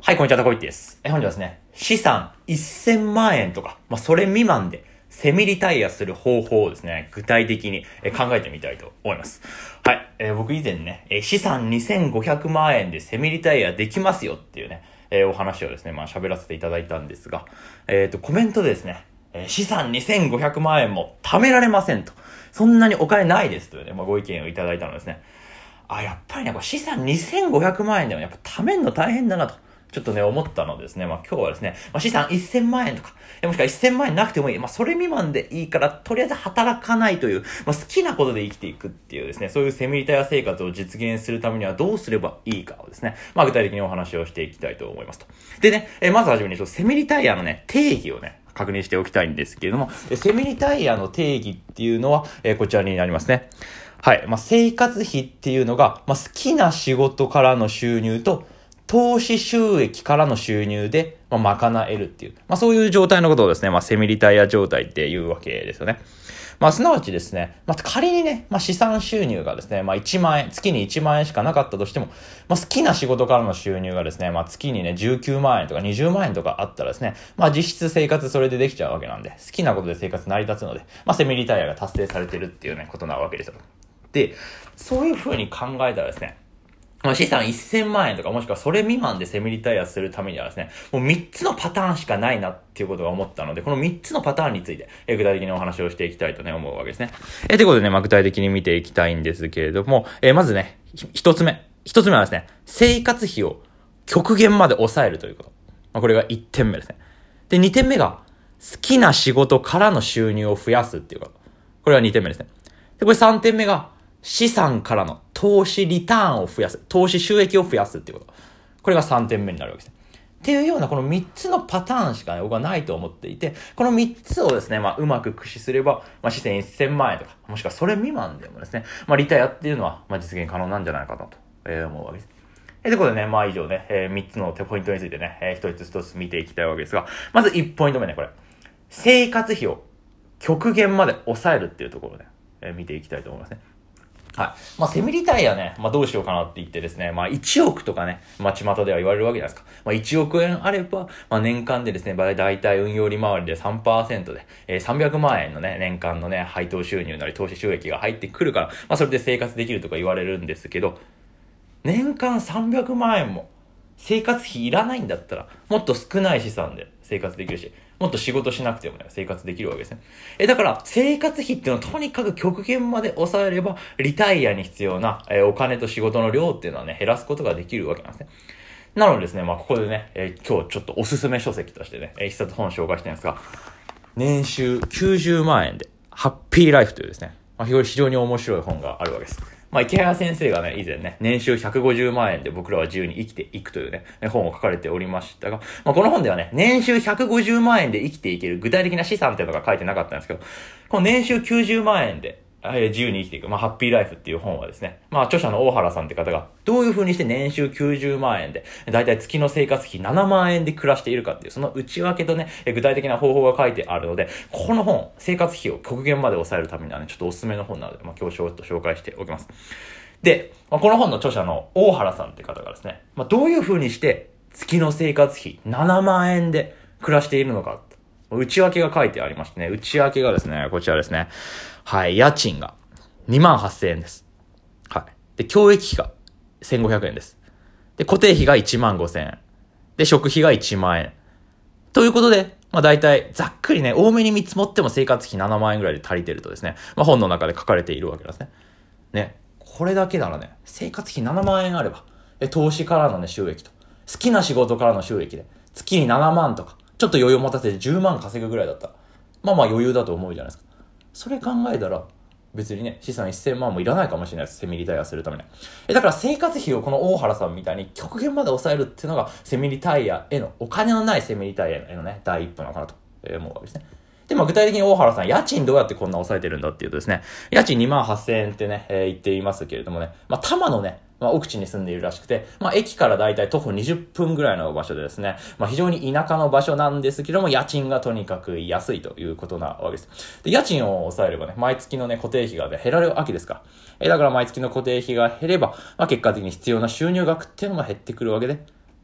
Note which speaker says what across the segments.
Speaker 1: はい、こんにちは、タコイッティです。本日はですね、資産1000万円とか、それ未満でセミリタイアする方法をですね、具体的に考えてみたいと思います。はい、僕以前ね、資産2500万円でセミリタイアできますよっていうね、お話をですね、喋らせていただいたんですが、コメントでですね、資産2500万円も貯められませんと。そんなにお金ないですというね、ご意見をいただいたのですね。やっぱりね、資産2500万円でもやっぱ貯めるの大変だなと。ちょっとね、思ったのですね。今日はですね、資産1000万円とか、もしくは1000万円なくてもいい。それ未満でいいから、とりあえず働かないという、好きなことで生きていくっていうですね、そういうセミリタイア生活を実現するためにはどうすればいいかをですね、具体的にお話をしていきたいと思いますと。でね、まずはじめにセミリタイアのね、定義をね、確認しておきたいんですけれども、セミリタイアの定義っていうのは、こちらになりますね。はい。生活費っていうのが、好きな仕事からの収入と、投資収益からの収入で、賄えるっていう。そういう状態のことをですね、セミリタイア状態っていうわけですよね。すなわちですね、仮にね、資産収入がですね、1万円、月に1万円しかなかったとしても、好きな仕事からの収入がですね、月にね、19万円とか20万円とかあったらですね、実質生活それでできちゃうわけなんで、好きなことで生活成り立つので、セミリタイアが達成されてるっていうね、ことなわけですよ。で、そういう風に考えたらですね、資産1000万円とかもしくはそれ未満でセミリタイアするためにはですね、もう3つのパターンしかないなっていうことが思ったので、この3つのパターンについて、具体的にお話をしていきたいとね、思うわけですね。ということでね、具体的に見ていきたいんですけれども、まずね、1つ目はですね、生活費を極限まで抑えるということ。これが1点目ですね。で、2点目が、好きな仕事からの収入を増やすっていうこと。これが2点目ですね。で、これ3点目が、資産からの投資リターンを増やす。投資収益を増やすっていうこと。これが3点目になるわけです。っていうようなこの3つのパターンしかね、僕はないと思っていて、この3つをですね、うまく駆使すれば、資産1000万円とか、もしくはそれ未満でもですね、リタイアっていうのは、実現可能なんじゃないかなと、思うわけです。ということでね、以上ね、3つのポイントについてね、一つ一つ見ていきたいわけですが、まず1ポイント目ね、これ。生活費を極限まで抑えるっていうところで、見ていきたいと思いますね。はい。セミリタイアね、どうしようかなって言ってですね、1億とかね、巷では言われるわけじゃないですか。1億円あれば、年間でですね、だいたい運用利回りで 3% で、300万円のね、年間のね、配当収入なり投資収益が入ってくるから、それで生活できるとか言われるんですけど、年間300万円も生活費いらないんだったら、もっと少ない資産で生活できるし、もっと仕事しなくてもね、生活できるわけですね。だから、生活費っていうのはとにかく極限まで抑えれば、リタイアに必要な、お金と仕事の量っていうのはね、減らすことができるわけなんですね。なのでですね、ここでね、今日ちょっとおすすめ書籍としてね、一冊本紹介したいんですが、年収90万円で、ハッピーライフというですね、非常に面白い本があるわけです。池谷先生がね、以前ね、年収150万円で僕らは自由に生きていくというね、本を書かれておりましたが、この本ではね、年収150万円で生きていける具体的な資産っていうのが書いてなかったんですけど、この年収90万円で、自由に生きていく、ハッピーライフっていう本はですね、著者の大原さんって方が、どういう風にして年収90万円で、だいたい月の生活費7万円で暮らしているかっていう、その内訳とね、具体的な方法が書いてあるので、この本、生活費を極限まで抑えるためにはね、ちょっとおすすめの本なので、今日ちょっと紹介しておきます。で、この本の著者の大原さんって方がですね、どういう風にして月の生活費7万円で暮らしているのか、内訳が書いてありましてね、内訳がですね、こちらですね。はい、家賃が28,000円です。はい。で、教育費が1500円です。で、固定費が15,000円。で、食費が1万円。ということで、大体、ざっくりね、多めに見積もっても生活費7万円ぐらいで足りてるとですね、本の中で書かれているわけなんですね。ね。これだけならね、生活費7万円あれば、投資からのね、収益と、好きな仕事からの収益で、月に7万とか、ちょっと余裕を持たせて10万稼ぐぐらいだったら、余裕だと思うじゃないですか。それ考えたら、別にね、資産1000万もいらないかもしれないです。セミリタイアするために。だから生活費をこの大原さんみたいに極限まで抑えるっていうのが、セミリタイアへの、お金のないセミリタイアへのね、第一歩なのかなと思うわけですね。で、具体的に大原さん、家賃どうやってこんな抑えてるんだっていうとですね、家賃28,000円ってね、言っていますけれどもね、多摩のね、奥地に住んでいるらしくて、駅からだいたい徒歩20分ぐらいの場所でですね、非常に田舎の場所なんですけども、家賃がとにかく安いということなわけです。で、家賃を抑えればね、毎月のね、固定費がね、減られるわけですから。だから毎月の固定費が減れば、結果的に必要な収入額っていうのも減ってくるわけで、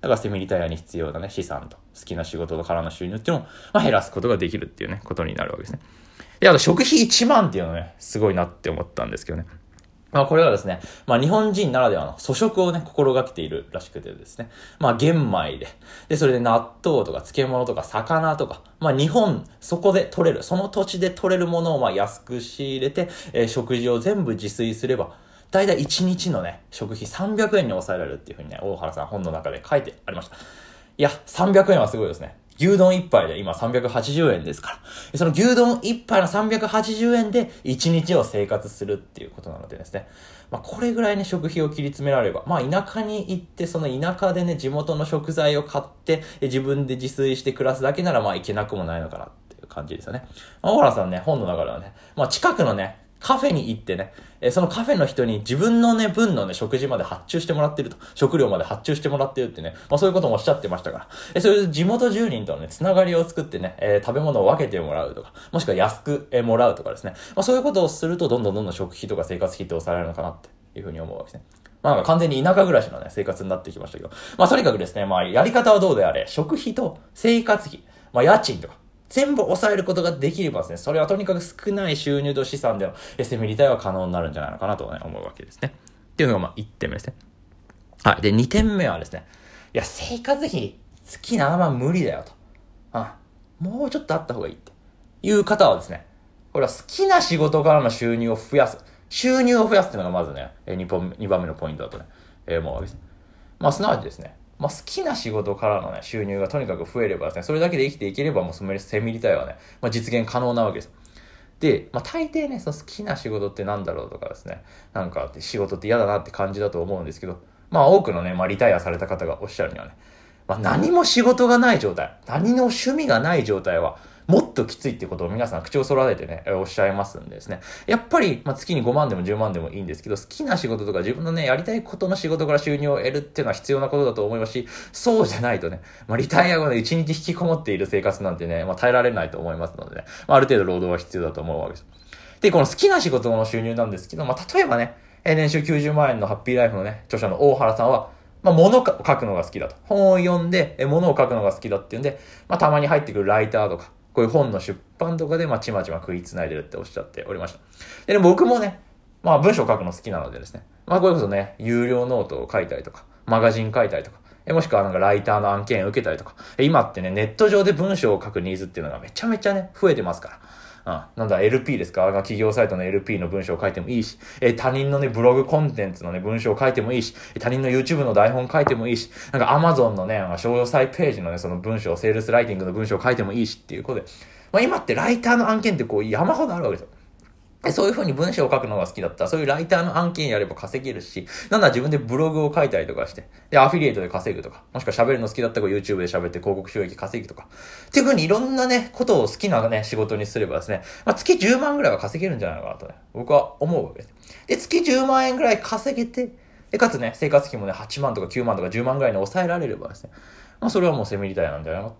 Speaker 1: だからセミリタイヤに必要なね、資産と好きな仕事からの収入っていうのを、減らすことができるっていうね、ことになるわけですね。で、あと食費1万っていうのね、すごいなって思ったんですけどね。これはですね、日本人ならではの粗食をね、心がけているらしくてですね。玄米で、それで納豆とか漬物とか魚とか、日本、そこで取れる、その土地で取れるものを安く仕入れて、食事を全部自炊すれば、だいたい1日のね、食費300円に抑えられるっていうふうにね、大原さん本の中で書いてありました。いや、300円はすごいですね。牛丼一杯で今380円ですから。その牛丼一杯の380円で1日を生活するっていうことなのでですね。これぐらいね、食費を切り詰められれば、田舎に行って、その田舎でね、地元の食材を買って、自分で自炊して暮らすだけならいけなくもないのかなっていう感じですよね。大原さんね、本の中ではね、近くのね、カフェに行ってね、そのカフェの人に自分のね、分のね、食事まで発注してもらってると。食料まで発注してもらってるってね、そういうこともおっしゃってましたから。そういう地元住人とのね、つながりを作ってね、食べ物を分けてもらうとか、もしくは安くもらうとかですね。そういうことをすると、どんどん食費とか生活費って抑えられるのかなっていうふうに思うわけですね。完全に田舎暮らしのね、生活になってきましたけど。とにかくですね、やり方はどうであれ、食費と生活費、家賃とか、全部抑えることができればですね、それはとにかく少ない収入と資産でのセミリタイは可能になるんじゃないのかなと、ね、思うわけですね。っていうのが1点目ですね。はい。で、2点目はですね、いや、生活費月7万無理だよと。もうちょっとあった方がいいっていう方はですね、これは好きな仕事からの収入を増やす。収入を増やすっていうのがまずね、2番目のポイントだとね、思うわけです。すなわちですね、好きな仕事からのね、収入がとにかく増えればですね、それだけで生きていければもうそのセミリタイはね、実現可能なわけです。で、大抵ね、その好きな仕事ってなんだろうとかですね、なんか仕事って嫌だなって感じだと思うんですけど、多くのね、リタイアされた方がおっしゃるにはね、何も仕事がない状態、何の趣味がない状態は、もっときついってことを皆さん口を揃えてね、おっしゃいますんでですね。やっぱり、月に5万でも10万でもいいんですけど、好きな仕事とか自分のね、やりたいことの仕事から収入を得るっていうのは必要なことだと思いますし、そうじゃないとね、リタイア後で1日引きこもっている生活なんてね、耐えられないと思いますのでね、ある程度労働は必要だと思うわけです。で、この好きな仕事の収入なんですけど、例えばね、年収90万円のハッピーライフのね、著者の大原さんは、物を書くのが好きだと。本を読んで、物を書くのが好きだっていうんで、たまに入ってくるライターとか、こういう本の出版とかで、ちまちま食いつないでるっておっしゃっておりました。で、僕もね、文章を書くの好きなのでですね、これこそね、有料ノートを書いたりとか、マガジン書いたりとか、もしくはなんかライターの案件を受けたりとか、今ってね、ネット上で文章を書くニーズっていうのがめちゃめちゃね、増えてますから。なんだ、LP ですか？企業サイトの LP の文章を書いてもいいし、他人のね、ブログコンテンツのね、文章を書いてもいいし、他人の YouTube の台本書いてもいいし、なんか Amazon のね、詳細ページのね、その文章、セールスライティングの文章を書いてもいいしっていうことで、今ってライターの案件ってこう山ほどあるわけですよ。そういう風に文章を書くのが好きだったら、そういうライターの案件やれば稼げるし、なんだ自分でブログを書いたりとかして、で、アフィリエイトで稼ぐとか、もしくは喋るの好きだったら YouTube で喋って広告収益稼ぐとか、っていう風にいろんなね、ことを好きなね、仕事にすればですね、月10万ぐらいは稼げるんじゃないのかなとね、僕は思うわけです。で、月10万円ぐらい稼げて、で、かつね、生活費もね、8万とか9万とか10万ぐらいに抑えられればですね、それはもうセミリタイヤなんじゃないのって、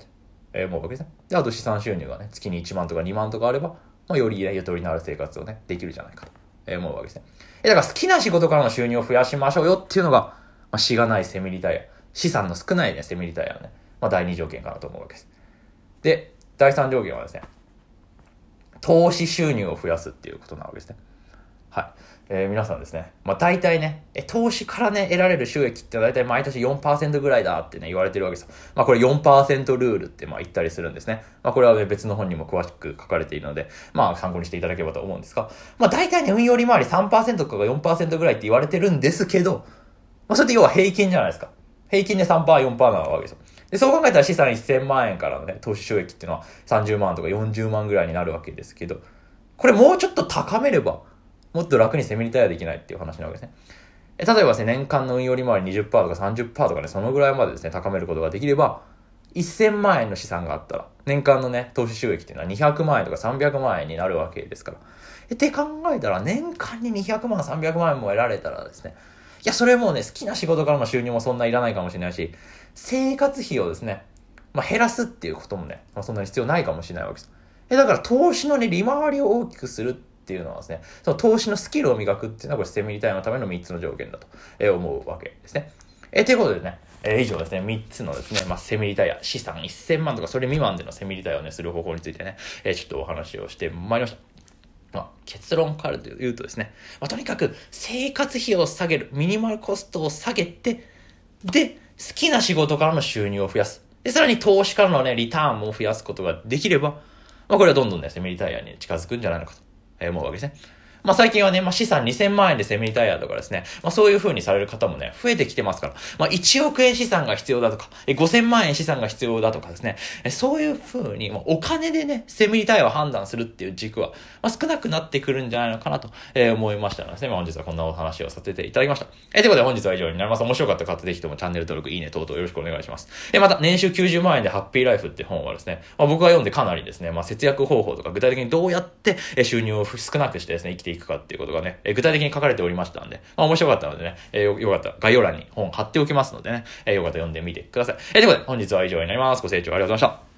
Speaker 1: 思うわけですね。で、あと資産収入がね、月に1万とか2万とかあれば、よりゆとりのある生活をね、できるじゃないかと思うわけですね。だから好きな仕事からの収入を増やしましょうよっていうのが、しがないセミリタイヤ、資産の少ないね、セミリタイヤのね、第2条件かなと思うわけです。で、第3条件はですね、投資収入を増やすっていうことなわけですね。はい。皆さんですね。大体ね、投資からね、得られる収益って大体毎年 4% ぐらいだってね、言われてるわけですよ。これ 4% ルールって言ったりするんですね。これはね、別の本にも詳しく書かれているので、参考にしていただければと思うんですが、大体ね、運用利回り 3% とかが 4% ぐらいって言われてるんですけど、それって要は平均じゃないですか。平均で 3%、4% なわけですよ。で、そう考えたら資産1000万円からのね、投資収益っていうのは30万とか40万ぐらいになるわけですけど、これもうちょっと高めれば、もっと楽にセミリタイヤできないっていう話なわけですね。例えばですね、年間の運用利回り 20% とか 30% とかね、そのぐらいまでですね、高めることができれば、1000万円の資産があったら、年間のね、投資収益っていうのは200万円とか300万円になるわけですから。って考えたら、年間に200万、300万円も得られたらですね、いや、それもうね、好きな仕事からの収入もそんないらないかもしれないし、生活費をですね、減らすっていうこともね、そんなに必要ないかもしれないわけです。だから投資のね、利回りを大きくするっていうのはですね、その投資のスキルを磨くっていうのはこれセミリタイヤのための3つの条件だと思うわけですね。ということでね、 以上ですね、3つのですね、セミリタイア、資産1000万とかそれ未満でのセミリタイアをね、する方法についてね、ちょっとお話をしてまいりました。結論から言うとですね、とにかく生活費を下げる、ミニマルコストを下げて、で、好きな仕事からの収入を増やす。で、さらに投資からのね、リターンも増やすことができれば、これはどんどんね、セミリタイアに近づくんじゃないのかと思うわけですね。最近はね、資産2000万円でセミリタイアとかですね、そういう風にされる方もね、増えてきてますから、1億円資産が必要だとか、5000万円資産が必要だとかですね、そういう風に、お金でね、セミリタイアを判断するっていう軸は、少なくなってくるんじゃないのかなと、思いましたのでですね、本日はこんなお話をさせていただきました。ということで本日は以上になります。面白かった方ぜひともチャンネル登録、いいね等々よろしくお願いします。また、年収90万円でハッピーライフって本はですね、僕が読んでかなりですね、節約方法とか具体的にどうやって収入を少なくしてですね、生きていくかっていうことがね、具体的に書かれておりましたので、面白かったのでね、よかったら概要欄に本貼っておきますのでね、よかったら読んでみてください。ということで本日は以上になります。ご清聴ありがとうございました。